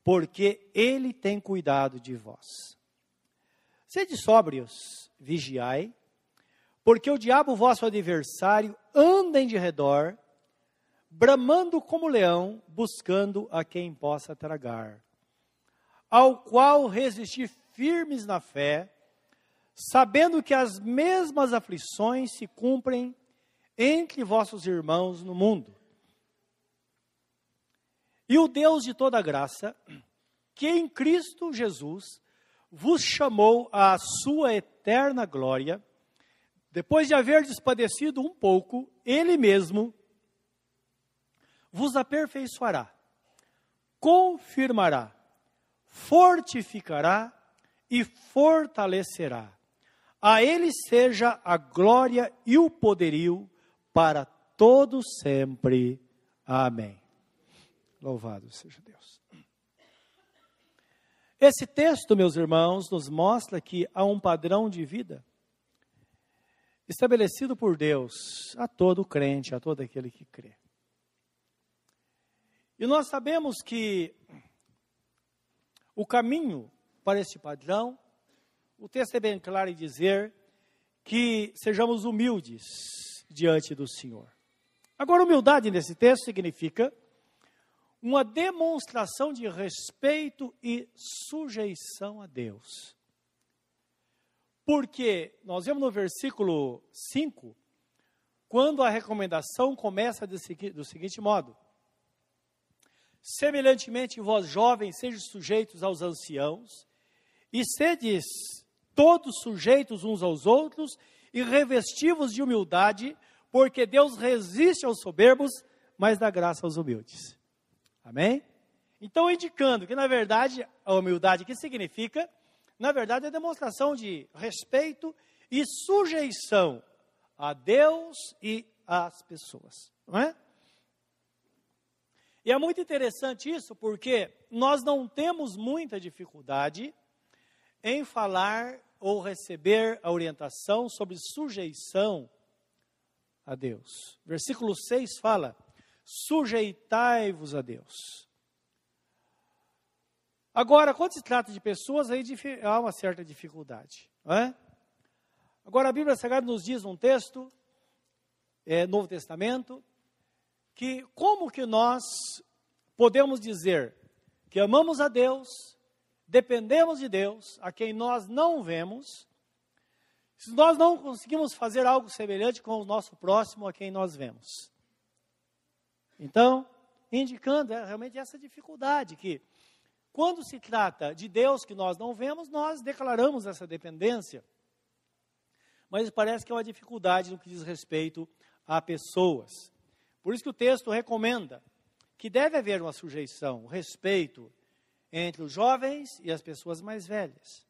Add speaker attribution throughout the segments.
Speaker 1: porque Ele tem cuidado de vós. Sede sóbrios, vigiai, porque o diabo, vosso adversário, anda em derredor, bramando como leão, buscando a quem possa tragar. Ao qual resistir firmes na fé, sabendo que as mesmas aflições se cumprem entre vossos irmãos no mundo. E o Deus de toda graça, que em Cristo Jesus vos chamou à sua eterna glória, depois de haverdes padecido um pouco, Ele mesmo vos aperfeiçoará, confirmará, fortificará e fortalecerá. A Ele seja a glória e o poderio para todos sempre. Amém. Louvado seja Deus. Esse texto, meus irmãos, nos mostra que há um padrão de vida estabelecido por Deus a todo crente, a todo aquele que crê. E nós sabemos que o caminho para esse padrão, o texto é bem claro em dizer que sejamos humildes diante do Senhor. Agora, humildade nesse texto significa uma demonstração de respeito e sujeição a Deus. Porque nós vemos no versículo 5, quando a recomendação começa do seguinte modo: semelhantemente, vós jovens, sejam sujeitos aos anciãos, e sedes todos sujeitos uns aos outros, e revestivos de humildade, porque Deus resiste aos soberbos, mas dá graça aos humildes. Amém? Então, indicando que, na verdade, a humildade que significa, na verdade, a demonstração de respeito e sujeição a Deus e às pessoas. Não é? E é muito interessante isso, porque nós não temos muita dificuldade em falar ou receber a orientação sobre sujeição a Deus. Versículo 6 fala: sujeitai-vos a Deus. Agora, quando se trata de pessoas, aí há uma certa dificuldade. Não é? Agora, a Bíblia Sagrada nos diz num texto, Novo Testamento, que como que nós podemos dizer que amamos a Deus, dependemos de Deus, a quem nós não vemos, se nós não conseguimos fazer algo semelhante com o nosso próximo a quem nós vemos. Então, indicando realmente essa dificuldade, que quando se trata de Deus que nós não vemos, nós declaramos essa dependência. Mas parece que é uma dificuldade no que diz respeito a pessoas. Por isso que o texto recomenda que deve haver uma sujeição, um respeito entre os jovens e as pessoas mais velhas.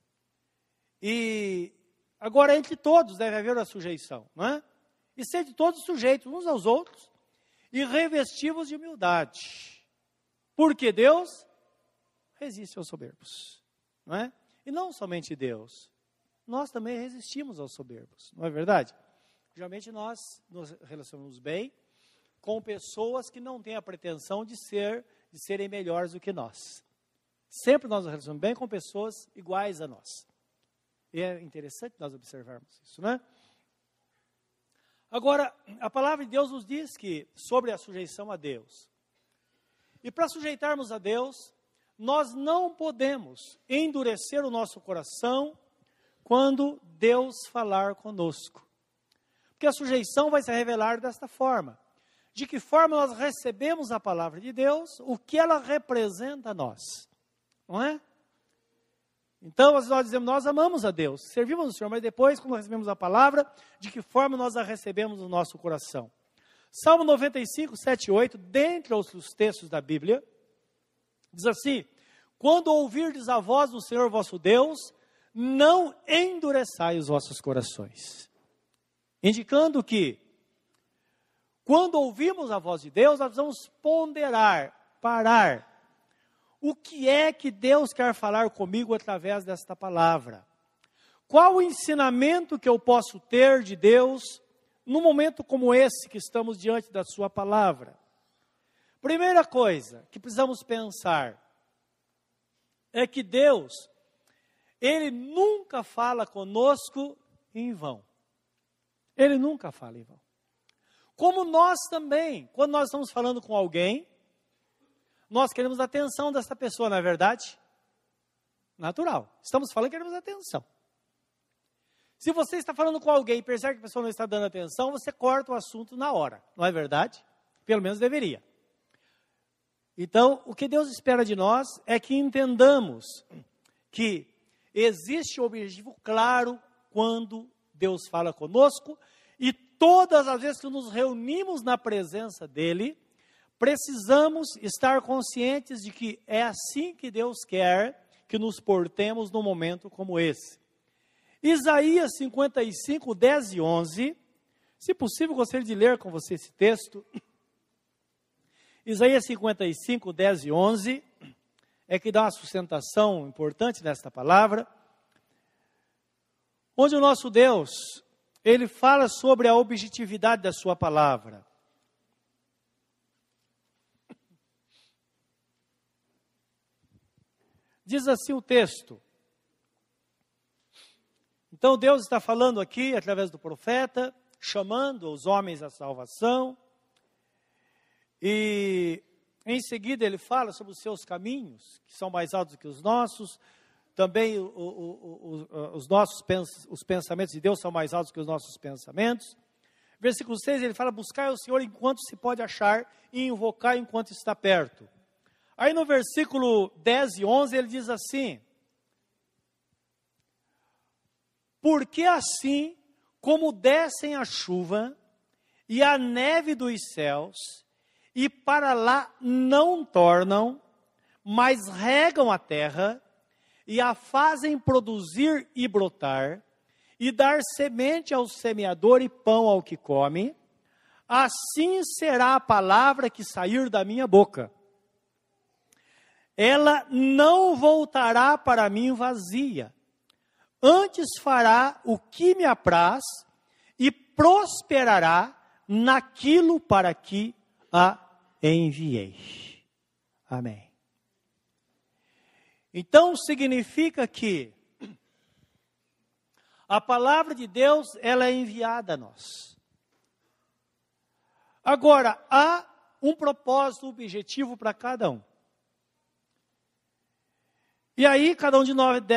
Speaker 1: E agora, entre todos deve haver uma sujeição, não é? E sede todos sujeitos uns aos outros e revestivos de humildade. Porque Deus resiste aos soberbos, não é? E não somente Deus, nós também resistimos aos soberbos, não é verdade? Geralmente nós nos relacionamos bem com pessoas que não têm a pretensão de serem melhores do que nós. Sempre nós nos relacionamos bem com pessoas iguais a nós. E é interessante nós observarmos isso, né? Agora, a palavra de Deus nos diz que, sobre a sujeição a Deus, e para sujeitarmos a Deus, nós não podemos endurecer o nosso coração quando Deus falar conosco. Porque a sujeição vai se revelar desta forma. De que forma nós recebemos a palavra de Deus, o que ela representa a nós. Não é? Então, nós dizemos, nós amamos a Deus, servimos ao Senhor, mas depois, quando recebemos a palavra, de que forma nós a recebemos no nosso coração. Salmo 95, 7 e 8, dentre outros textos da Bíblia, diz assim: quando ouvirdes a voz do Senhor vosso Deus, não endureçai os vossos corações. Indicando que, quando ouvimos a voz de Deus, nós precisamos ponderar, parar. O que é que Deus quer falar comigo através desta palavra? Qual o ensinamento que eu posso ter de Deus num momento como esse que estamos diante da sua palavra? Primeira coisa que precisamos pensar: é que Deus, Ele nunca fala conosco em vão. Ele nunca fala em vão. Como nós também, quando nós estamos falando com alguém, nós queremos a atenção dessa pessoa, não é verdade? Natural. Estamos falando que queremos atenção. Se você está falando com alguém e percebe que a pessoa não está dando atenção, você corta o assunto na hora, não é verdade? Pelo menos deveria. Então, o que Deus espera de nós é que entendamos que existe um objetivo claro quando Deus fala conosco, e todas as vezes que nos reunimos na presença dEle, precisamos estar conscientes de que é assim que Deus quer que nos portemos num momento como esse. Isaías 55, 10 e 11, se possível, gostaria de ler com você esse texto. Isaías 55, 10 e 11, é que dá uma sustentação importante nesta palavra, onde o nosso Deus, Ele fala sobre a objetividade da sua palavra. Diz assim o texto. Então Deus está falando aqui, através do profeta, chamando os homens à salvação, e em seguida ele fala sobre os seus caminhos, que são mais altos que os nossos, também os pensamentos de Deus são mais altos que os nossos pensamentos. Versículo 6, ele fala, buscai o Senhor enquanto se pode achar, e invocar enquanto está perto. Aí no versículo 10 e 11 ele diz assim, porque assim como descem a chuva e a neve dos céus, e para lá não tornam, mas regam a terra, e a fazem produzir e brotar, e dar semente ao semeador e pão ao que come, assim será a palavra que sair da minha boca. Ela não voltará para mim vazia, antes fará o que me apraz e prosperará naquilo para que a enviei. Amém. Então significa que a palavra de Deus, ela é enviada a nós. Agora, há um propósito objetivo para cada um. E aí cada um de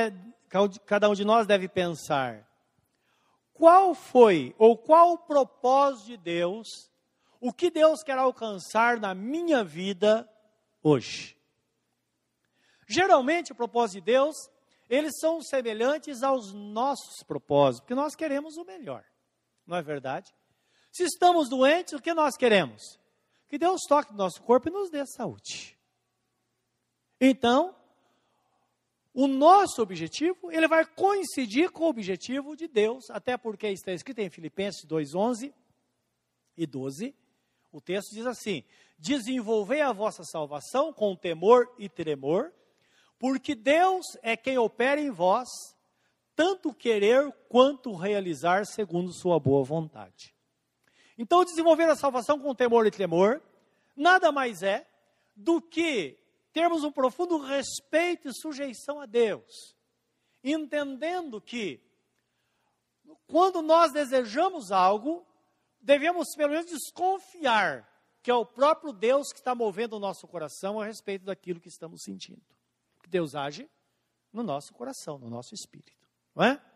Speaker 1: nós deve pensar, qual foi ou qual o propósito de Deus, o que Deus quer alcançar na minha vida hoje? Geralmente o propósito de Deus, eles são semelhantes aos nossos propósitos, porque nós queremos o melhor, não é verdade? Se estamos doentes, o que nós queremos? Que Deus toque no nosso corpo e nos dê saúde. Então, o nosso objetivo, ele vai coincidir com o objetivo de Deus, até porque está escrito em Filipenses 2:11 e 12, o texto diz assim, desenvolvei a vossa salvação com temor e tremor, porque Deus é quem opera em vós, tanto querer quanto realizar segundo sua boa vontade. Então, desenvolver a salvação com temor e tremor, nada mais é do que termos um profundo respeito e sujeição a Deus, entendendo que, quando nós desejamos algo, devemos pelo menos desconfiar que é o próprio Deus que está movendo o nosso coração a respeito daquilo que estamos sentindo. Porque Deus age no nosso coração, no nosso espírito, não é?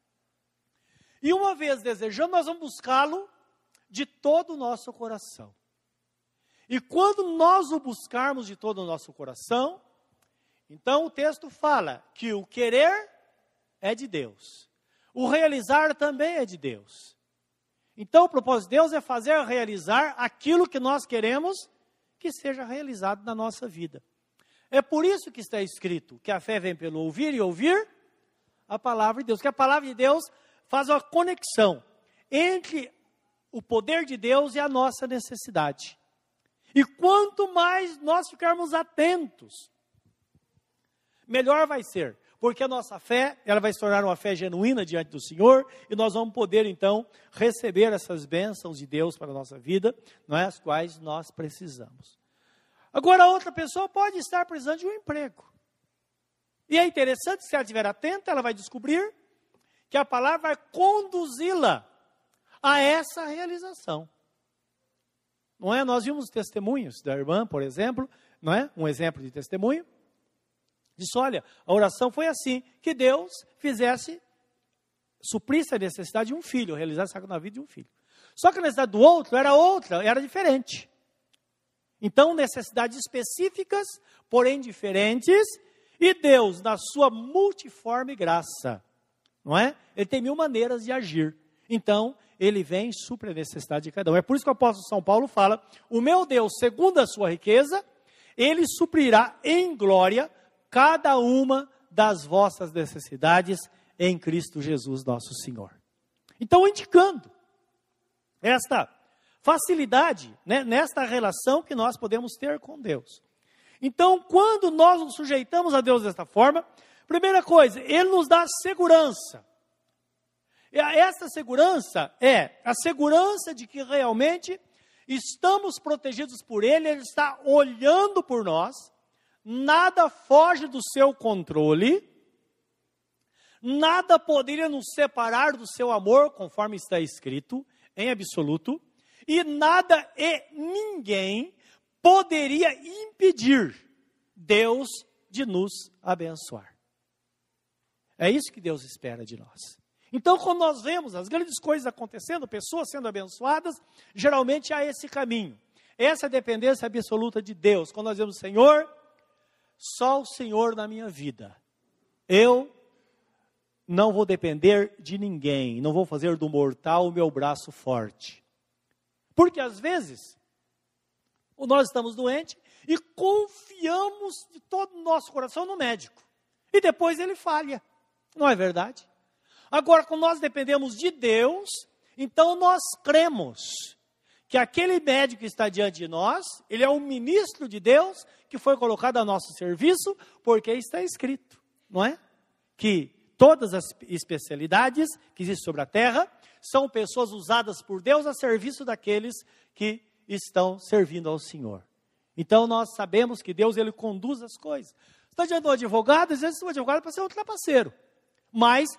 Speaker 1: E uma vez desejando, nós vamos buscá-lo de todo o nosso coração. E quando nós o buscarmos de todo o nosso coração, então o texto fala que o querer é de Deus. O realizar também é de Deus. Então o propósito de Deus é fazer realizar aquilo que nós queremos que seja realizado na nossa vida. É por isso que está escrito que a fé vem pelo ouvir e ouvir a palavra de Deus. Que a palavra de Deus faz uma conexão entre o poder de Deus e a nossa necessidade. E quanto mais nós ficarmos atentos, melhor vai ser. Porque a nossa fé, ela vai se tornar uma fé genuína diante do Senhor, e nós vamos poder, então, receber essas bênçãos de Deus para a nossa vida, não é? As quais nós precisamos. Agora, outra pessoa pode estar precisando de um emprego. E é interessante, se ela estiver atenta, ela vai descobrir que a palavra vai conduzi-la a essa realização. Não é? Nós vimos testemunhos da irmã, por exemplo, não é? Um exemplo de testemunho. Disse, olha, a oração foi assim, que Deus suprisse a necessidade de um filho, realizasse algo na vida de um filho. Só que a necessidade do outro era outra, era diferente. Então, necessidades específicas, porém diferentes, e Deus, na sua multiforme graça, não é? Ele tem 1000 maneiras de agir. Então, ele vem e supre a necessidade de cada um. É por isso que o apóstolo São Paulo fala, o meu Deus, segundo a sua riqueza, ele suprirá em glória cada uma das vossas necessidades em Cristo Jesus, nosso Senhor. Então, indicando esta facilidade, né, nesta relação que nós podemos ter com Deus. Então, quando nós nos sujeitamos a Deus desta forma, primeira coisa, Ele nos dá segurança. E essa segurança é a segurança de que realmente estamos protegidos por Ele, Ele está olhando por nós, nada foge do seu controle, nada poderia nos separar do seu amor, conforme está escrito, em absoluto, e nada e ninguém poderia impedir Deus de nos abençoar. É isso que Deus espera de nós. Então, quando nós vemos as grandes coisas acontecendo, pessoas sendo abençoadas, geralmente há esse caminho. Essa dependência absoluta de Deus. Quando nós vemos, Senhor, só o Senhor na minha vida. Eu não vou depender de ninguém, não vou fazer do mortal o meu braço forte. Porque às vezes, nós estamos doentes e confiamos de todo o nosso coração no médico. E depois ele falha. Não é verdade? Agora, quando nós dependemos de Deus, então nós cremos que aquele médico que está diante de nós, ele é um ministro de Deus que foi colocado a nosso serviço, porque está escrito, não é? Que todas as especialidades que existem sobre a terra são pessoas usadas por Deus a serviço daqueles que estão servindo ao Senhor. Então nós sabemos que Deus, ele conduz as coisas. Você está diante de um advogado, às vezes o advogado pode ser um trapaceiro. Mas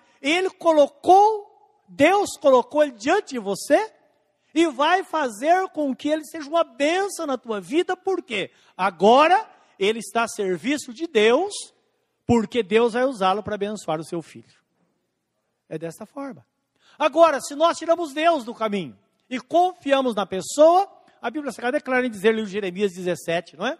Speaker 1: Deus colocou ele diante de você e vai fazer com que ele seja uma bênção na tua vida, porque agora ele está a serviço de Deus, porque Deus vai usá-lo para abençoar o seu filho. É desta forma. Agora, se nós tiramos Deus do caminho e confiamos na pessoa, a Bíblia Sagrada é clara em dizer em Jeremias 17, não é?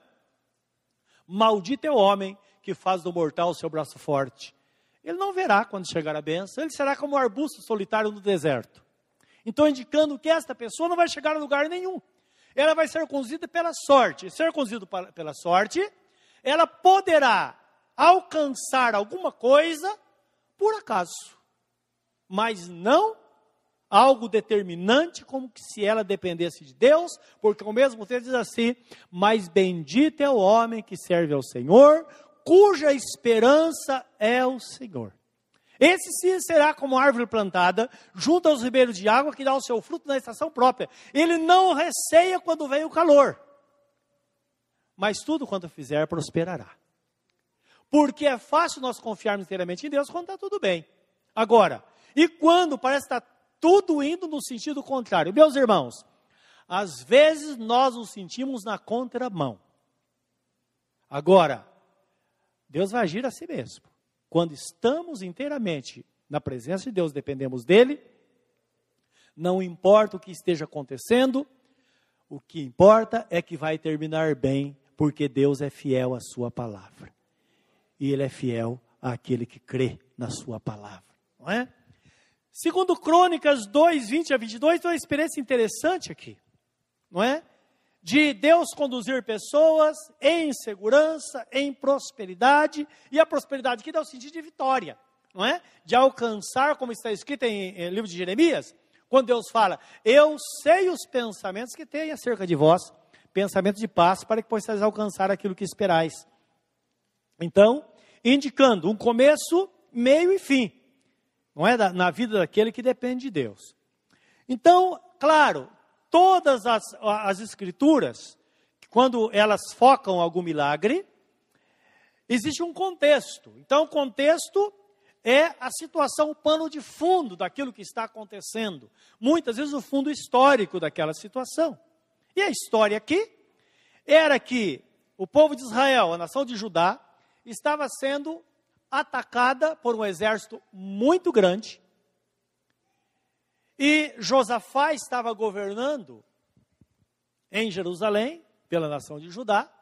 Speaker 1: Maldito é o homem que faz do mortal o seu braço forte. Ele não verá quando chegar a bênção, ele será como um arbusto solitário no deserto. Então, indicando que esta pessoa não vai chegar a lugar nenhum. Ela vai ser conduzida pela sorte. E ser conduzida pela sorte, ela poderá alcançar alguma coisa por acaso. Mas não algo determinante, como que se ela dependesse de Deus, porque ao mesmo tempo diz assim, mas bendito é o homem que serve ao Senhor, cuja esperança é o Senhor. Esse sim será como árvore plantada, junto aos ribeiros de água, que dá o seu fruto na estação própria. Ele não receia quando vem o calor, mas tudo quanto fizer prosperará. Porque é fácil nós confiarmos inteiramente em Deus quando está tudo bem. Agora, e quando parece estar tudo indo no sentido contrário? Meus irmãos, às vezes nós nos sentimos na contramão. Agora, Deus vai agir a si mesmo. Quando estamos inteiramente na presença de Deus, dependemos dele, não importa o que esteja acontecendo, o que importa é que vai terminar bem, porque Deus é fiel à sua palavra. E ele é fiel àquele que crê na sua palavra, não é? Segundo Crônicas 2, 20 a 22, tem uma experiência interessante aqui, não é? De Deus conduzir pessoas em segurança, em prosperidade, e a prosperidade aqui dá o sentido de vitória, não é? De alcançar, como está escrito em livro de Jeremias, quando Deus fala, eu sei os pensamentos que tenho acerca de vós, pensamentos de paz, para que possais alcançar aquilo que esperais. Então, indicando um começo, meio e fim, não é? Na vida daquele que depende de Deus. Então, claro, todas as escrituras, quando elas focam algum milagre, existe um contexto. Então, o contexto é a situação, o pano de fundo daquilo que está acontecendo. Muitas vezes o fundo histórico daquela situação. E a história aqui era que o povo de Israel, a nação de Judá, estava sendo atacada por um exército muito grande. E Josafá estava governando em Jerusalém, pela nação de Judá.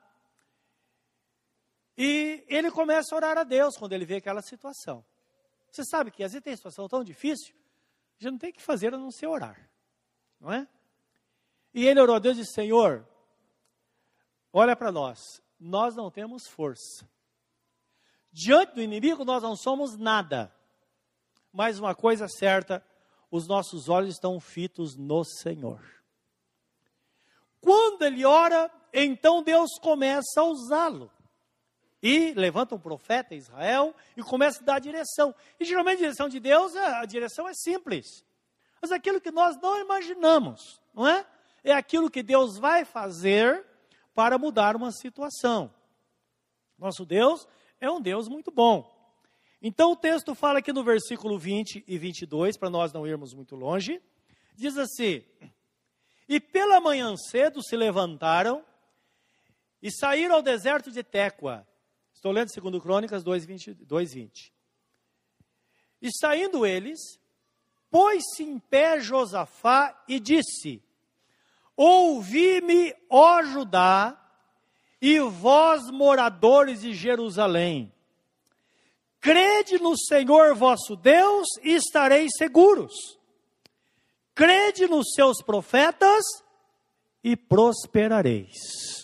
Speaker 1: E ele começa a orar a Deus quando ele vê aquela situação. Você sabe que às vezes tem situação tão difícil, já não tem o que fazer a não ser orar, não é? E ele orou a Deus e disse: Senhor, olha para nós não temos força. Diante do inimigo nós não somos nada. Mas uma coisa é certa, os nossos olhos estão fitos no Senhor. Quando ele ora, então Deus começa a usá-lo. E levanta um profeta em Israel e começa a dar a direção. E geralmente a direção de Deus, a direção é simples. Mas aquilo que nós não imaginamos, não é? É aquilo que Deus vai fazer para mudar uma situação. Nosso Deus é um Deus muito bom. Então o texto fala aqui no versículo 20 e 22, para nós não irmos muito longe, diz assim: E pela manhã cedo se levantaram e saíram ao deserto de Tecoa. Estou lendo 2 Crônicas 2:20. E saindo eles, pôs-se em pé Josafá e disse: Ouvi-me, ó Judá, e vós, moradores de Jerusalém. Crede no Senhor vosso Deus e estareis seguros. Crede nos seus profetas e prosperareis.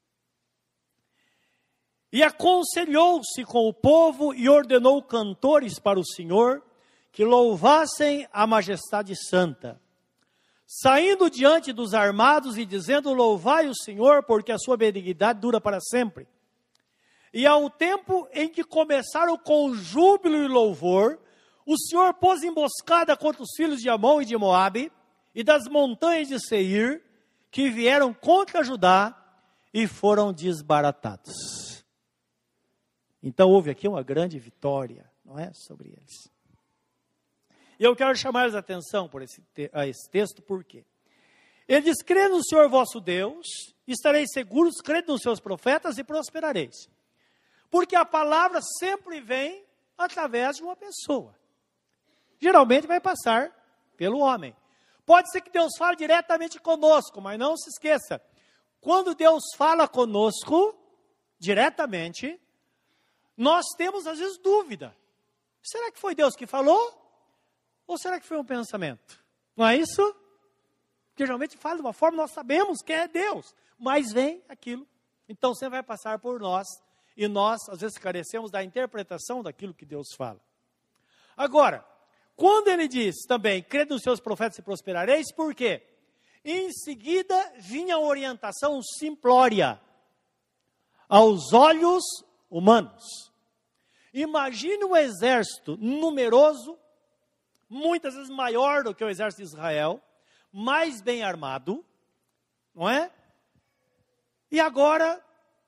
Speaker 1: E aconselhou-se com o povo e ordenou cantores para o Senhor, que louvassem a majestade santa. Saindo diante dos armados e dizendo: Louvai o Senhor, porque a sua benignidade dura para sempre. E ao tempo em que começaram com júbilo e louvor, o Senhor pôs emboscada contra os filhos de Amon e de Moabe, e das montanhas de Seir, que vieram contra Judá, e foram desbaratados. Então houve aqui uma grande vitória, não é, sobre eles. E eu quero chamar a atenção a esse texto, por quê? Ele diz: crê no Senhor vosso Deus, estareis seguros, crede nos seus profetas e prosperareis. Porque a palavra sempre vem através de uma pessoa. Geralmente vai passar pelo homem. Pode ser que Deus fale diretamente conosco, mas não se esqueça, quando Deus fala conosco diretamente, nós temos às vezes dúvida. Será que foi Deus que falou? Ou será que foi um pensamento? Não é isso? Porque geralmente fala de uma forma, nós sabemos que é Deus, mas vem aquilo. Então você vai passar por nós, e nós às vezes carecemos da interpretação daquilo que Deus fala. Agora, quando ele diz também, crede nos seus profetas e prosperareis, por quê? Em seguida vinha a orientação simplória aos olhos humanos. Imagine um exército numeroso, muitas vezes maior do que o exército de Israel, mais bem armado, não é? E agora,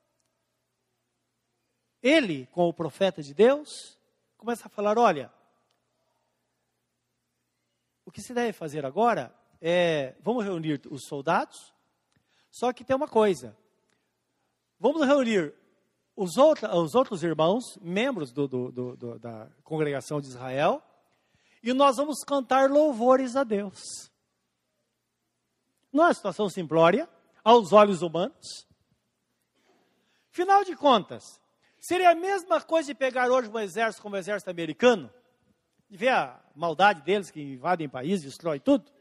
Speaker 1: ele, com o profeta de Deus, começa a falar: olha, o que se deve fazer agora é, vamos reunir os soldados, só que tem uma coisa, vamos reunir os outros irmãos, membros da congregação de Israel, e nós vamos cantar louvores a Deus. Não é uma situação simplória, aos olhos humanos. Afinal de contas, seria a mesma coisa de pegar hoje um exército como o exército americano, e ver a maldade deles que invadem países, destrói tudo.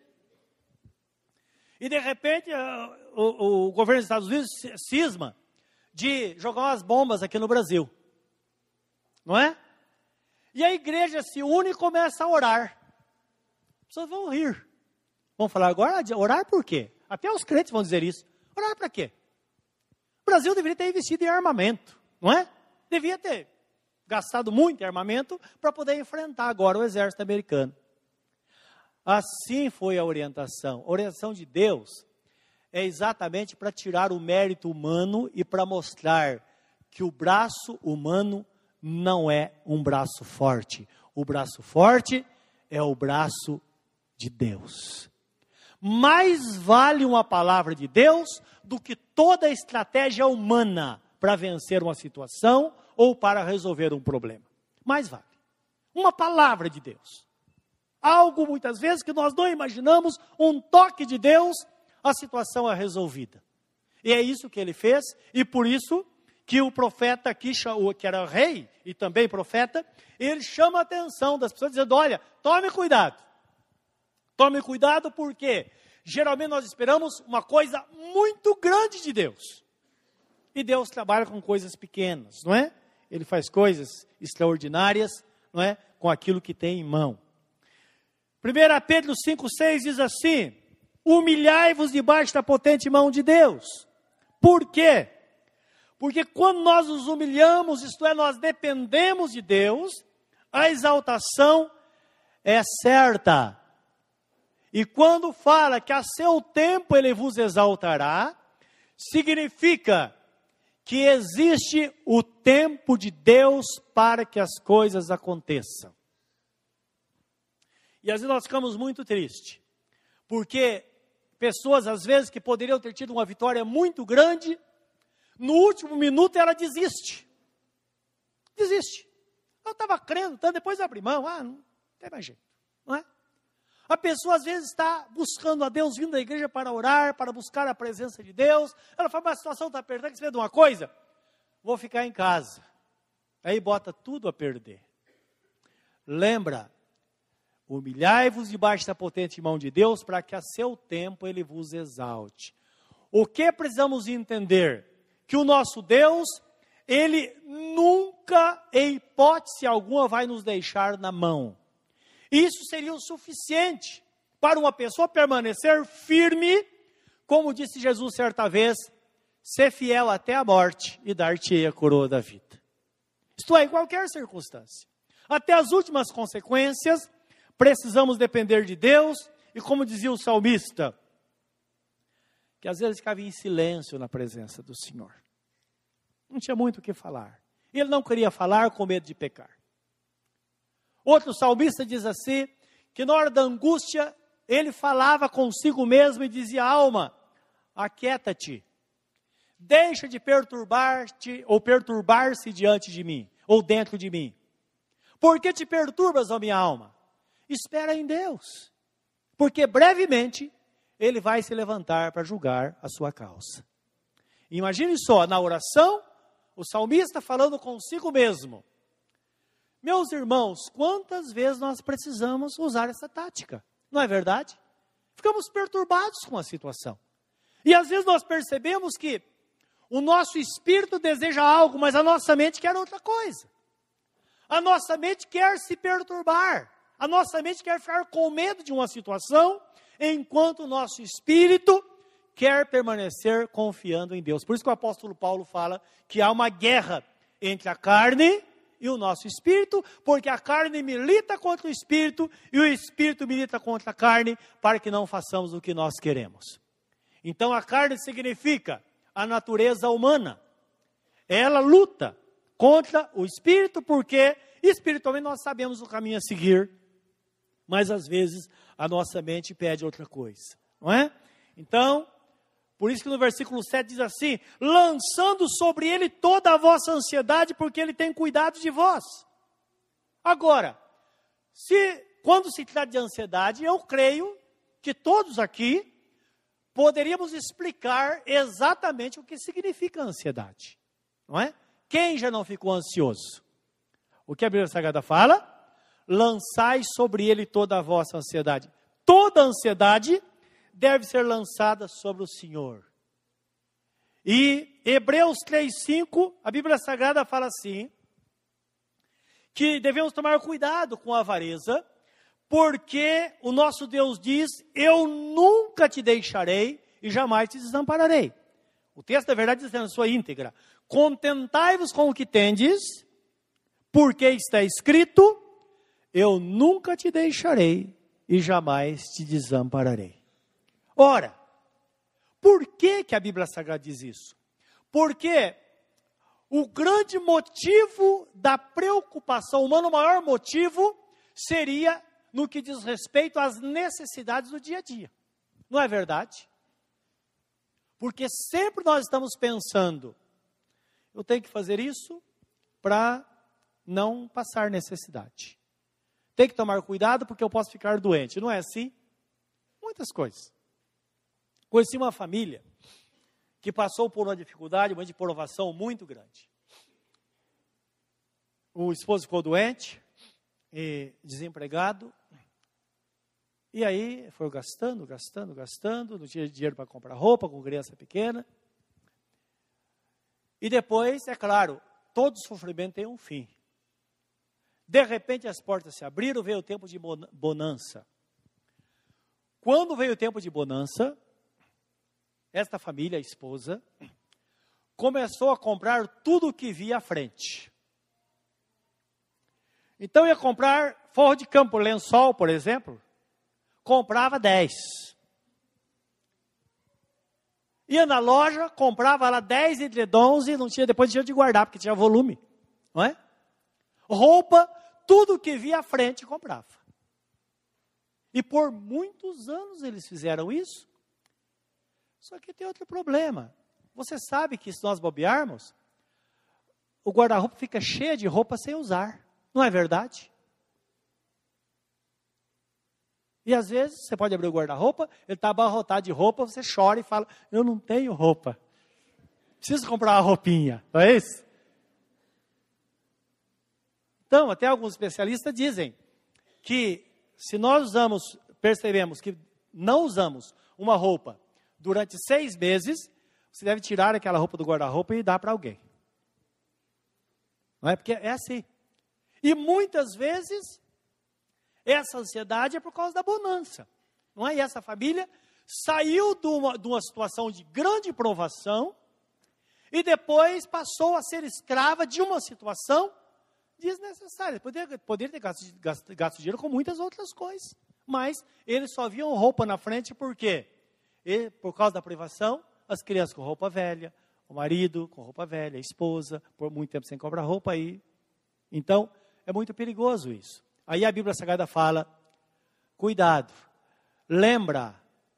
Speaker 1: E de repente o governo dos Estados Unidos cisma de jogar umas bombas aqui no Brasil. Não é? E a igreja se une e começa a orar. As pessoas vão rir. Vão falar agora, orar por quê? Até os crentes vão dizer isso. Orar para quê? O Brasil deveria ter investido em armamento, não é? Devia ter gastado muito em armamento para poder enfrentar agora o exército americano. Assim foi a orientação. A orientação de Deus é exatamente para tirar o mérito humano e para mostrar que o braço humano não é um braço forte. O braço forte é o braço de Deus. Mais vale uma palavra de Deus do que toda a estratégia humana para vencer uma situação ou para resolver um problema. Mais vale. Uma palavra de Deus. Algo, muitas vezes, que nós não imaginamos, um toque de Deus, a situação é resolvida. E é isso que ele fez, e por isso que o profeta aqui, que era rei e também profeta, ele chama a atenção das pessoas, dizendo, olha, tome cuidado. Tome cuidado porque geralmente nós esperamos uma coisa muito grande de Deus. E Deus trabalha com coisas pequenas, não é? Ele faz coisas extraordinárias, não é? Com aquilo que tem em mão. 1 Pedro 5,6 diz assim, humilhai-vos debaixo da potente mão de Deus. Por quê? Porque quando nós nos humilhamos, isto é, nós dependemos de Deus, a exaltação é certa. E quando fala que a seu tempo ele vos exaltará, significa que existe o tempo de Deus para que as coisas aconteçam. E às vezes nós ficamos muito tristes, porque pessoas às vezes que poderiam ter tido uma vitória muito grande, no último minuto ela desiste. Desiste. Eu estava crendo, então depois abre mão, não tem mais jeito, não é? A pessoa às vezes está buscando a Deus, vindo da igreja para orar, para buscar a presença de Deus. Ela fala, mas a situação está apertada, quer saber de uma coisa? Vou ficar em casa. Aí bota tudo a perder. Lembra, humilhai-vos debaixo da potente mão de Deus, para que a seu tempo ele vos exalte. O que precisamos entender? Que o nosso Deus, ele nunca, em hipótese alguma, vai nos deixar na mão. Isso seria o suficiente para uma pessoa permanecer firme, como disse Jesus certa vez, ser fiel até a morte e dar-te-ei a coroa da vida. Isto é, em qualquer circunstância. Até as últimas consequências, precisamos depender de Deus, e como dizia o salmista, que às vezes ficava em silêncio na presença do Senhor. Não tinha muito o que falar. Ele não queria falar com medo de pecar. Outro salmista diz assim, que na hora da angústia, ele falava consigo mesmo e dizia, alma, aquieta-te, deixa de perturbar-te ou perturbar-se diante de mim, ou dentro de mim. Por que te perturbas, ó minha alma? Espera em Deus, porque brevemente ele vai se levantar para julgar a sua causa. Imagine só, na oração, o salmista falando consigo mesmo. Meus irmãos, quantas vezes nós precisamos usar essa tática? Não é verdade? Ficamos perturbados com a situação. E às vezes nós percebemos que o nosso espírito deseja algo, mas a nossa mente quer outra coisa. A nossa mente quer se perturbar. A nossa mente quer ficar com medo de uma situação, enquanto o nosso espírito quer permanecer confiando em Deus. Por isso que o apóstolo Paulo fala que há uma guerra entre a carne e o nosso espírito, porque a carne milita contra o espírito e o espírito milita contra a carne para que não façamos o que nós queremos. Então a carne significa a natureza humana. Ela luta contra o espírito porque espiritualmente nós sabemos o caminho a seguir, mas às vezes a nossa mente pede outra coisa, não é? Então, por isso que no versículo 7 diz assim, lançando sobre ele toda a vossa ansiedade, porque ele tem cuidado de vós. Agora, quando se trata de ansiedade, eu creio que todos aqui poderíamos explicar exatamente o que significa ansiedade, não é? Quem já não ficou ansioso? O que a Bíblia Sagrada fala? Lançai sobre ele toda a vossa ansiedade. Toda ansiedade deve ser lançada sobre o Senhor. E Hebreus 3:5, a Bíblia Sagrada fala assim, que devemos tomar cuidado com a avareza, porque o nosso Deus diz, eu nunca te deixarei e jamais te desampararei. O texto, da verdade, diz na sua íntegra, contentai-vos com o que tendes, porque está escrito, eu nunca te deixarei e jamais te desampararei. Ora, por que a Bíblia Sagrada diz isso? Porque o grande motivo da preocupação humana, o maior motivo seria no que diz respeito às necessidades do dia a dia. Não é verdade? Porque sempre nós estamos pensando, eu tenho que fazer isso para não passar necessidade. Tem que tomar cuidado porque eu posso ficar doente. Não é assim? Muitas coisas. Conheci uma família que passou por uma dificuldade, uma de provação muito grande. O esposo ficou doente, desempregado, e aí foi gastando, não tinha dinheiro para comprar roupa com criança pequena. E depois, é claro, todo sofrimento tem um fim. De repente as portas se abriram, veio o tempo de bonança. Quando veio o tempo de bonança, esta família, a esposa, começou a comprar tudo o que via à frente. Então ia comprar forro de campo, lençol, por exemplo, comprava 10. Ia na loja, comprava lá 10 edredons e depois tinha de guardar, porque tinha volume, não é? Roupa, tudo que via à frente comprava. E por muitos anos eles fizeram isso. Só que tem outro problema. Você sabe que se nós bobearmos, o guarda-roupa fica cheio de roupa sem usar. Não é verdade? E às vezes você pode abrir o guarda-roupa, ele está abarrotado de roupa, você chora e fala, eu não tenho roupa. Preciso comprar uma roupinha, não é isso? Então, até alguns especialistas dizem que se nós percebemos que não usamos uma roupa durante 6 meses, você deve tirar aquela roupa do guarda-roupa e dar para alguém. Não é? Porque é assim. E muitas vezes, essa ansiedade é por causa da bonança. Não é? E essa família saiu de uma situação de grande provação e depois passou a ser escrava de uma situação desnecessária. Poderia ter gasto dinheiro com muitas outras coisas. Mas eles só viam roupa na frente por quê? E, por causa da privação, as crianças com roupa velha, o marido com roupa velha, a esposa, por muito tempo sem comprar roupa. Então, é muito perigoso isso. Aí a Bíblia Sagrada fala, cuidado, lembra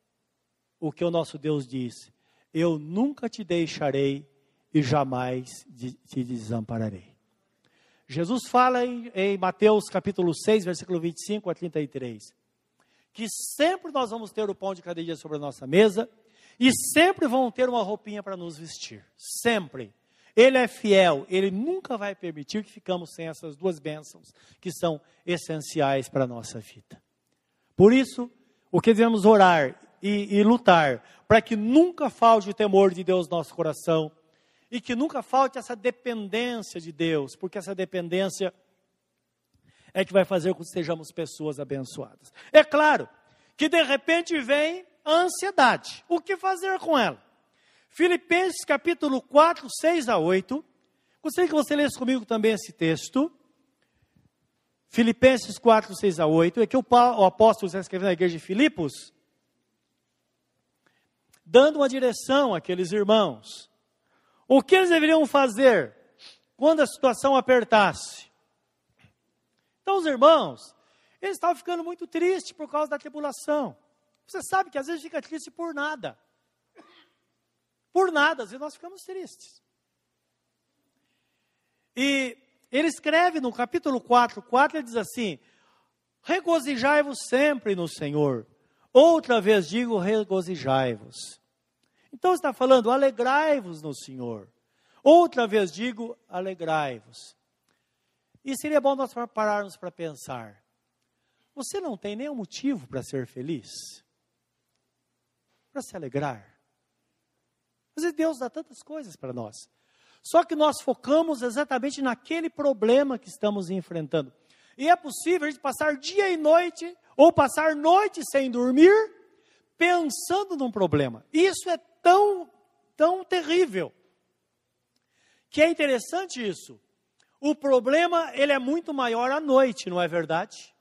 Speaker 1: o que o nosso Deus disse, eu nunca te deixarei e jamais te desampararei. Jesus fala em Mateus capítulo 6, versículo 25 a 33, que sempre nós vamos ter o pão de cada dia sobre a nossa mesa e sempre vão ter uma roupinha para nos vestir, sempre. Ele é fiel, Ele nunca vai permitir que ficamos sem essas duas bênçãos que são essenciais para a nossa vida. Por isso, o que devemos orar e lutar para que nunca falte o temor de Deus no nosso coração e que nunca falte essa dependência de Deus, porque essa dependência é que vai fazer com que sejamos pessoas abençoadas. É claro que de repente vem a ansiedade. O que fazer com ela? Filipenses capítulo 4, 6 a 8. Gostaria que você lesse comigo também esse texto. Filipenses 4, 6 a 8. É que o apóstolo está escrevendo na igreja de Filipos, dando uma direção àqueles irmãos. O que eles deveriam fazer quando a situação apertasse? Então os irmãos, eles estavam ficando muito tristes por causa da tribulação. Você sabe que às vezes fica triste por nada. Por nada, às vezes nós ficamos tristes. E ele escreve no capítulo 4, ele diz assim, regozijai-vos sempre no Senhor. Outra vez digo, regozijai-vos. Então está falando, alegrai-vos no Senhor. Outra vez digo, alegrai-vos. E seria bom nós pararmos para pensar. Você não tem nenhum motivo para ser feliz? Para se alegrar? Mas Deus dá tantas coisas para nós. Só que nós focamos exatamente naquele problema que estamos enfrentando. E é possível a gente passar dia e noite, ou passar noite sem dormir, pensando num problema. Isso é tão terrível, que é interessante isso. O problema, ele é muito maior à noite, não é verdade?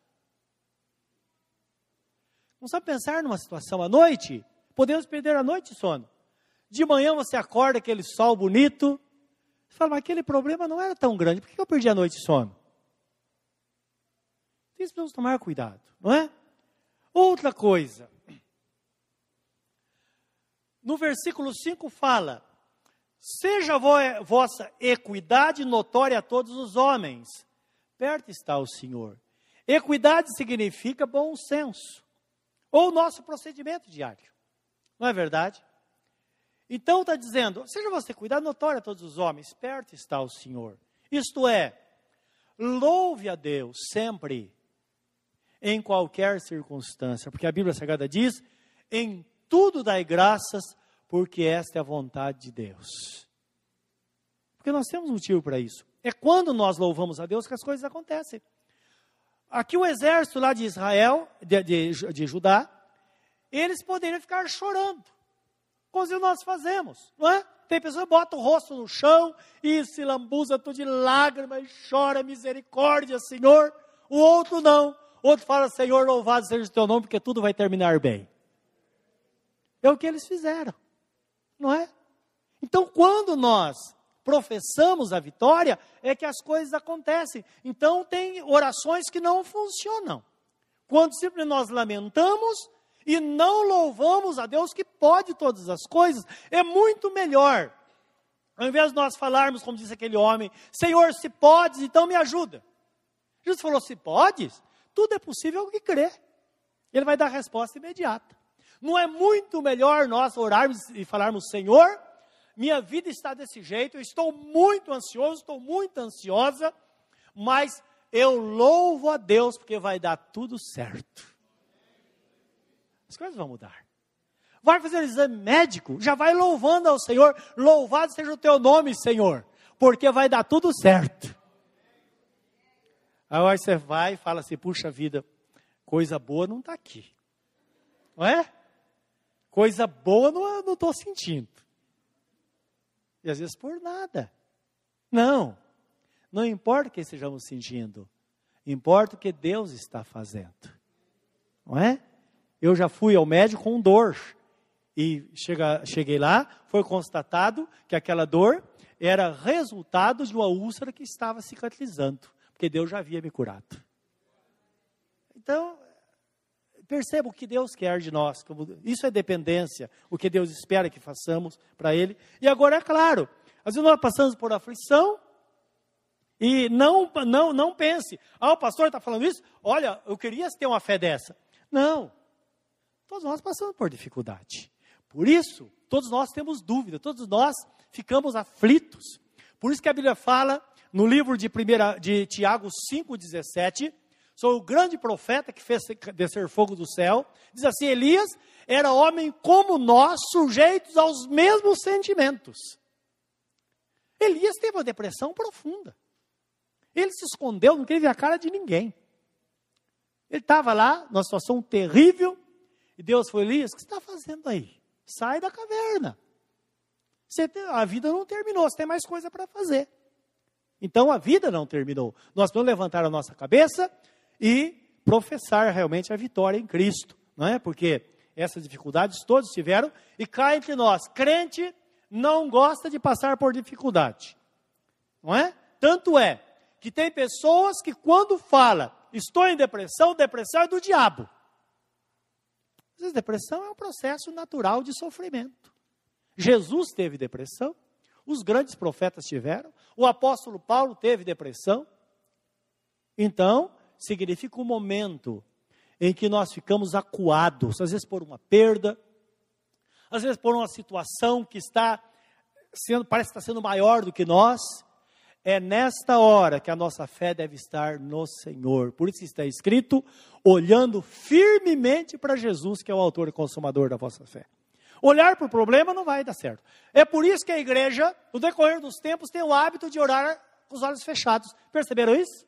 Speaker 1: Vamos só pensar numa situação à noite, podemos perder a noite de sono. De manhã você acorda, aquele sol bonito, Você fala, mas aquele problema não era tão grande, por que eu perdi a noite de sono? Precisamos tomar cuidado, não é? Outra coisa, no versículo 5 fala, seja vossa equidade notória a todos os homens, perto está o Senhor. Equidade significa bom senso, ou nosso procedimento diário, não é verdade? Então está dizendo, seja vossa equidade notória a todos os homens, perto está o Senhor. Isto é, louve a Deus sempre, em qualquer circunstância, porque a Bíblia Sagrada diz, em tudo dai graças, porque esta é a vontade de Deus. Porque nós temos motivo para isso. É quando nós louvamos a Deus que as coisas acontecem. Aqui o exército lá de Israel, de Judá, eles poderiam ficar chorando, como nós fazemos, não é? Tem pessoas que botam o rosto no chão e se lambuza tudo de lágrimas e chora, misericórdia, Senhor. O outro não. O outro fala, Senhor, louvado seja o teu nome, porque tudo vai terminar bem. É o que eles fizeram, não é? Então, quando nós professamos a vitória, é que as coisas acontecem. Então, tem orações que não funcionam. Quando simplesmente nós lamentamos e não louvamos a Deus que pode todas as coisas, é muito melhor. Ao invés de nós falarmos, como disse aquele homem, Senhor, se podes, então me ajuda. Jesus falou, se podes, tudo é possível ao que crê. Ele vai dar a resposta imediata. Não é muito melhor nós orarmos e falarmos, Senhor, minha vida está desse jeito, eu estou muito ansioso, estou muito ansiosa, mas eu louvo a Deus porque vai dar tudo certo. As coisas vão mudar. Vai fazer um exame médico, já vai louvando ao Senhor, louvado seja o teu nome, Senhor, porque vai dar tudo certo. Agora você vai e fala assim, puxa vida, coisa boa não está aqui. Não é? Coisa boa não estou sentindo. E às vezes por nada. Não importa o que estejamos sentindo. Importa o que Deus está fazendo. Não é? Eu já fui ao médico com dor. E cheguei lá, foi constatado que aquela dor era resultado de uma úlcera que estava cicatrizando. Porque Deus já havia me curado. Então, perceba o que Deus quer de nós. Isso é dependência, o que Deus espera que façamos para Ele. E agora, é claro, às vezes nós passamos por aflição e não pense, o pastor está falando isso, olha, eu queria ter uma fé dessa. Não, todos nós passamos por dificuldade. Por isso, todos nós temos dúvida, todos nós ficamos aflitos. Por isso que a Bíblia fala, no livro de Tiago 5,17, sobre o grande profeta que fez descer fogo do céu, diz assim, Elias era homem como nós, sujeitos aos mesmos sentimentos. Elias teve uma depressão profunda. Ele se escondeu, não queria ver a cara de ninguém. Ele estava lá, numa situação terrível, e Deus falou, Elias, o que você está fazendo aí? Sai da caverna. A vida não terminou, você tem mais coisa para fazer. Então a vida não terminou. Nós vamos levantar a nossa cabeça e professar realmente a vitória em Cristo. Não é? Porque essas dificuldades todos tiveram e cá entre nós. Crente não gosta de passar por dificuldade. Não é? Tanto é que tem pessoas que quando fala estou em depressão, depressão é do diabo. Às vezes depressão é um processo natural de sofrimento. Jesus teve depressão, os grandes profetas tiveram, o apóstolo Paulo teve depressão. Então, significa um momento em que nós ficamos acuados, às vezes por uma perda, às vezes por uma situação que parece estar sendo maior do que nós. É nesta hora que a nossa fé deve estar no Senhor. Por isso está escrito, olhando firmemente para Jesus, que é o autor e consumador da vossa fé. Olhar para o problema não vai dar certo. É por isso que a igreja, no decorrer dos tempos, tem o hábito de orar com os olhos fechados. Perceberam isso?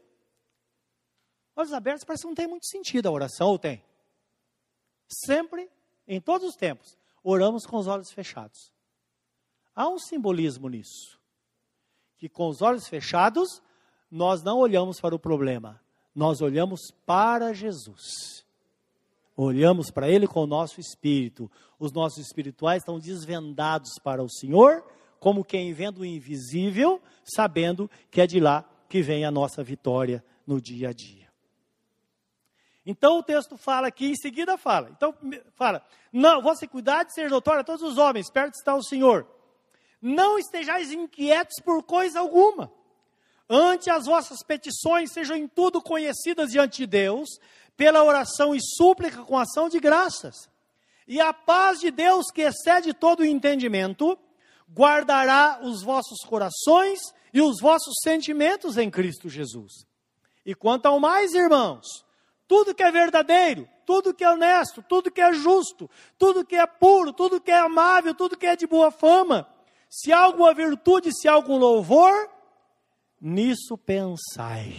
Speaker 1: Olhos abertos parece que não tem muito sentido a oração, ou tem? Sempre, em todos os tempos, oramos com os olhos fechados. Há um simbolismo nisso. Que com os olhos fechados, nós não olhamos para o problema. Nós olhamos para Jesus. Olhamos para Ele com o nosso espírito. Os nossos espirituais estão desvendados para o Senhor, como quem vendo o invisível, sabendo que é de lá que vem a nossa vitória no dia a dia. Então o texto fala aqui, em seguida fala, não, vossa equidade seja notória a todos os homens, perto está o Senhor. Não estejais inquietos por coisa alguma. Ante as vossas petições sejam em tudo conhecidas diante de Deus, pela oração e súplica com ação de graças. E a paz de Deus, que excede todo o entendimento, guardará os vossos corações e os vossos sentimentos em Cristo Jesus. E quanto ao mais, irmãos, tudo que é verdadeiro, tudo que é honesto, tudo que é justo, tudo que é puro, tudo que é amável, tudo que é de boa fama, se há alguma virtude, se há algum louvor, nisso pensai.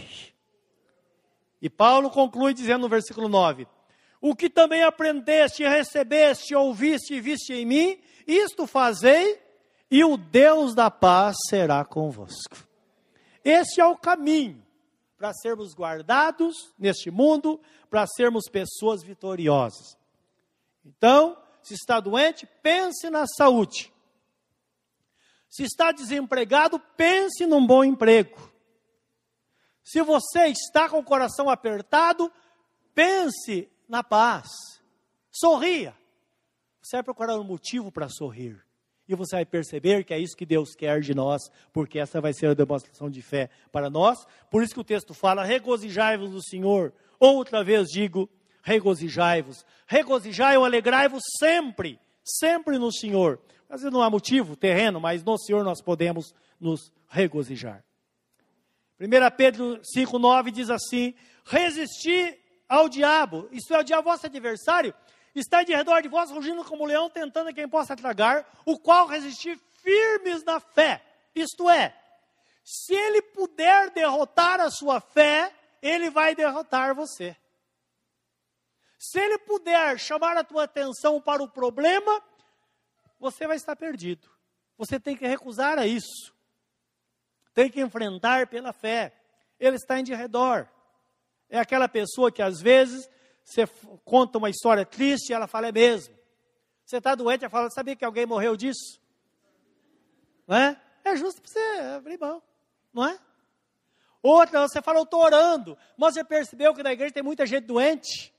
Speaker 1: E Paulo conclui dizendo no versículo 9, o que também aprendeste, recebeste, ouviste e viste em mim, isto fazei, e o Deus da paz será convosco. Este é o caminho para sermos guardados neste mundo, para sermos pessoas vitoriosas. Então, se está doente, pense na saúde. Se está desempregado, pense num bom emprego. Se você está com o coração apertado, pense na paz. Sorria. Você vai procurar um motivo para sorrir. E você vai perceber que é isso que Deus quer de nós, porque essa vai ser a demonstração de fé para nós. Por isso que o texto fala, regozijai-vos no Senhor. Outra vez digo, regozijai-vos. Regozijai ou alegrai-vos sempre, sempre no Senhor. Às vezes não há motivo terreno, mas no Senhor nós podemos nos regozijar. 1 Pedro 5,9 diz assim, resisti ao diabo, isto é, o diabo vosso adversário, está de redor de vós, rugindo como leão, tentando a quem possa tragar, o qual resistir firmes na fé. Isto é, se ele puder derrotar a sua fé, ele vai derrotar você. Se ele puder chamar a tua atenção para o problema, você vai estar perdido. Você tem que recusar a isso. Tem que enfrentar pela fé. Ele está em redor. É aquela pessoa que às vezes você conta uma história triste e ela fala, é mesmo. Você está doente, ela fala, sabia que alguém morreu disso? Não é? É justo para você abrir mão, não é? Outra, você fala, eu estou orando, mas você percebeu que na igreja tem muita gente doente?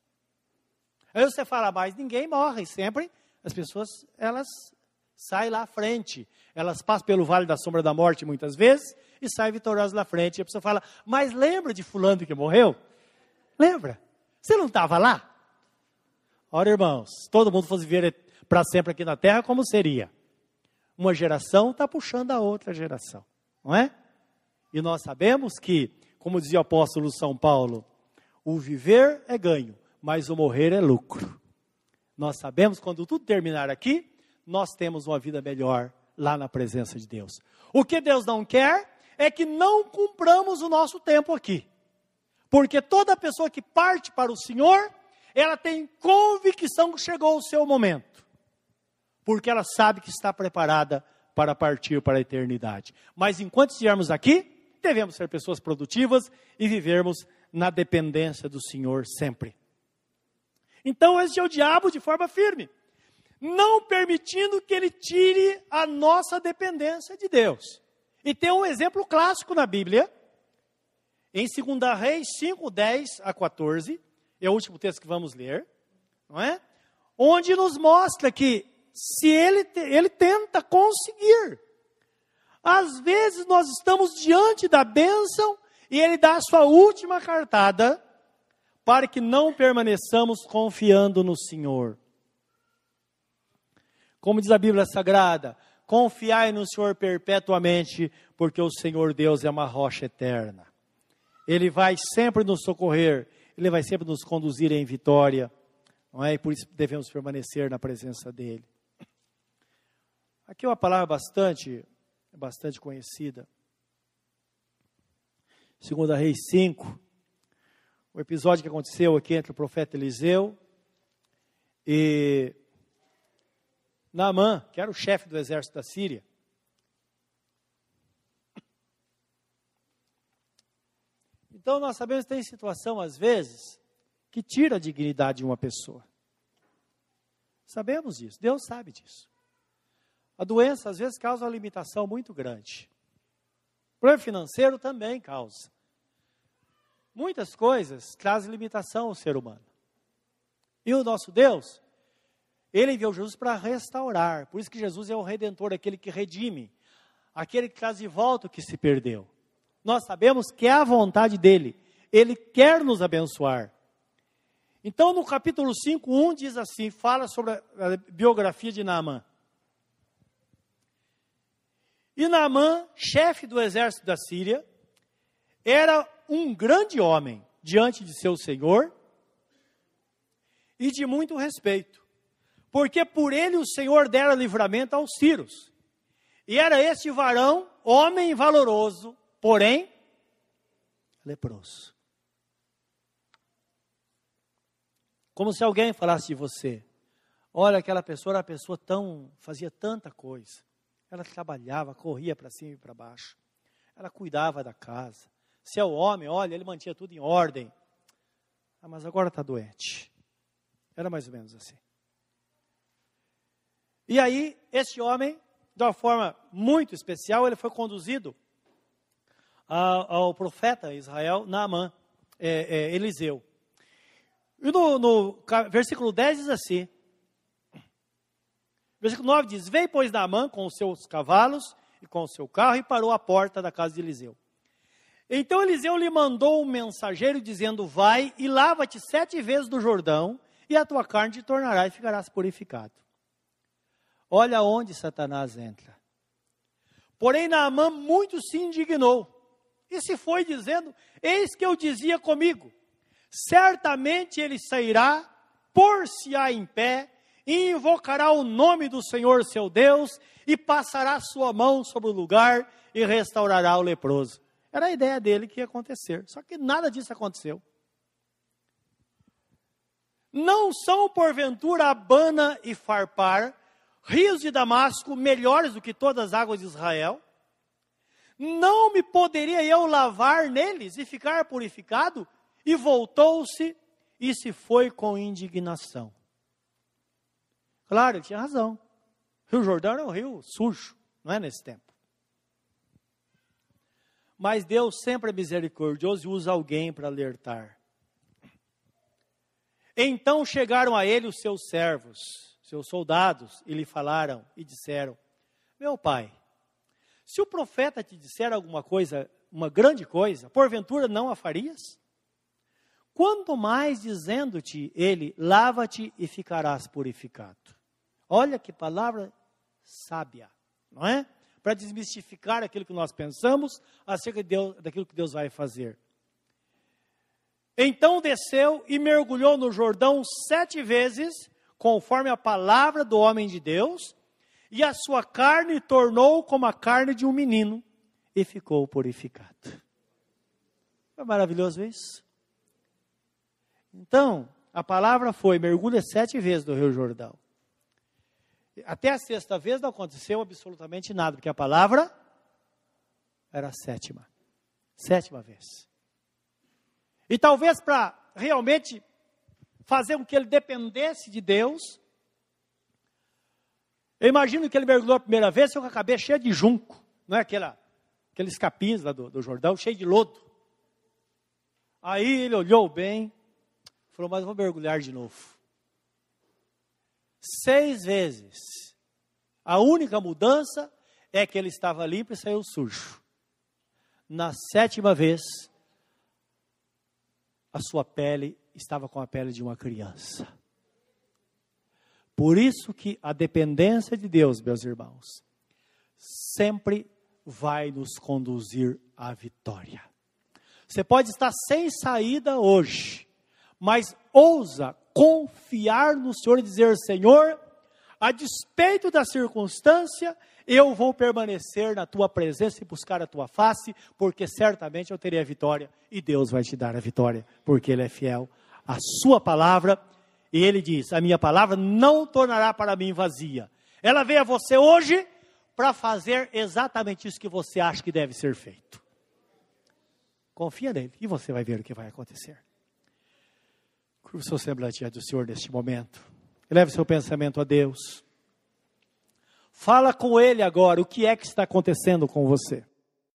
Speaker 1: Aí você fala, mas ninguém morre, sempre as pessoas, elas saem lá à frente. Elas passam pelo vale da sombra da morte muitas vezes e saem vitoriosas lá à frente. E a pessoa fala, mas lembra de fulano que morreu? Lembra? Você não estava lá? Ora, irmãos, se todo mundo fosse viver para sempre aqui na terra, como seria? Uma geração está puxando a outra geração, não é? E nós sabemos que, como dizia o apóstolo São Paulo, o viver é ganho, mas o morrer é lucro. Nós sabemos que quando tudo terminar aqui, nós temos uma vida melhor lá na presença de Deus. O que Deus não quer é que não cumpramos o nosso tempo aqui. Porque toda pessoa que parte para o Senhor, ela tem convicção que chegou o seu momento. Porque ela sabe que está preparada para partir para a eternidade. Mas enquanto estivermos aqui, devemos ser pessoas produtivas e vivermos na dependência do Senhor sempre. Então esse é o diabo de forma firme. Não permitindo que ele tire a nossa dependência de Deus. E tem um exemplo clássico na Bíblia, em 2 Reis 5, 10 a 14, é o último texto que vamos ler, não é? Onde nos mostra que se ele tenta conseguir. Às vezes nós estamos diante da bênção e ele dá a sua última cartada para que não permaneçamos confiando no Senhor. Como diz a Bíblia Sagrada, confiai no Senhor perpetuamente, porque o Senhor Deus é uma rocha eterna. Ele vai sempre nos socorrer, Ele vai sempre nos conduzir em vitória, não é? E por isso devemos permanecer na presença dEle. Aqui é uma palavra bastante conhecida. 2 Reis 5, o episódio que aconteceu aqui entre o profeta Eliseu e Naamã, que era o chefe do exército da Síria. Então nós sabemos que tem situação, às vezes, que tira a dignidade de uma pessoa. Sabemos disso, Deus sabe disso. A doença, às vezes, causa uma limitação muito grande. O problema financeiro também causa. Muitas coisas trazem limitação ao ser humano. E o nosso Deus, Ele enviou Jesus para restaurar. Por isso que Jesus é o Redentor, aquele que redime, aquele que traz de volta o que se perdeu. Nós sabemos que é a vontade dEle. Ele quer nos abençoar. Então, no capítulo 5, 1 diz assim, fala sobre a biografia de Naamã. E Naamã, chefe do exército da Síria, era um grande homem diante de seu senhor e de muito respeito, porque por ele o Senhor dera livramento aos sírios. E era este varão, homem valoroso, porém leproso. Como se alguém falasse de você, olha, aquela pessoa era uma pessoa fazia tanta coisa. Ela trabalhava, corria para cima e para baixo. Ela cuidava da casa. Se é o homem, olha, ele mantinha tudo em ordem. Ah, mas agora está doente. Era mais ou menos assim. E aí, esse homem, de uma forma muito especial, ele foi conduzido ao profeta Israel, Naamã, Eliseu. E no versículo 10 diz assim, versículo 9 diz, veio, pois, Naamã com os seus cavalos e com o seu carro e parou à porta da casa de Eliseu. Então Eliseu lhe mandou um mensageiro dizendo, vai e lava-te 7 vezes no Jordão e a tua carne te tornará e ficarás purificado. Olha onde Satanás entra. Porém Naamã muito se indignou e se foi dizendo, eis que eu dizia comigo, certamente ele sairá, pôr-se-á em pé, e invocará o nome do Senhor seu Deus, e passará sua mão sobre o lugar, e restaurará o leproso. Era a ideia dele que ia acontecer, só que nada disso aconteceu. Não são porventura Abana e Farpar, rios de Damasco, melhores do que todas as águas de Israel? Não me poderia eu lavar neles e ficar purificado? E voltou-se e se foi com indignação. Claro, ele tinha razão. Rio Jordão era um rio sujo, não é nesse tempo. Mas Deus sempre é misericordioso e usa alguém para alertar. Então chegaram a ele os seus servos, seus soldados, e lhe falaram e disseram, meu pai, se o profeta te disser alguma coisa, uma grande coisa, porventura não a farias? Quanto mais dizendo-te ele, lava-te e ficarás purificado. Olha que palavra sábia, não é? Para desmistificar aquilo que nós pensamos acerca de Deus, daquilo que Deus vai fazer. Então desceu e mergulhou no Jordão 7 vezes, conforme a palavra do homem de Deus, e a sua carne tornou como a carne de um menino, e ficou purificado. É maravilhoso isso? Então, a palavra foi, mergulha 7 vezes no Rio Jordão. Até a 6ª vez não aconteceu absolutamente nada, porque a palavra era a 7ª. 7ª vez. E talvez para realmente fazer com que ele dependesse de Deus, eu imagino que ele mergulhou a primeira vez com a cabeça cheia de junco, não é aqueles capins lá do Jordão, cheio de lodo. Aí ele olhou bem, falou, mas vou mergulhar de novo. 6 vezes. A única mudança é que ele estava limpo e saiu sujo. Na 7ª vez, a sua pele estava com a pele de uma criança. Por isso que a dependência de Deus, meus irmãos, sempre vai nos conduzir à vitória. Você pode estar sem saída hoje, mas ousa confiar no Senhor e dizer, Senhor, a despeito da circunstância, eu vou permanecer na tua presença e buscar a tua face, porque certamente eu terei a vitória, e Deus vai te dar a vitória, porque Ele é fiel à sua palavra, e Ele diz, a minha palavra não tornará para mim vazia, ela veio a você hoje, para fazer exatamente isso que você acha que deve ser feito. Confia nele, e você vai ver o que vai acontecer. Curva o seu semblante diante do Senhor neste momento. Eleve seu pensamento a Deus. Fala com ele agora, o que é que está acontecendo com você?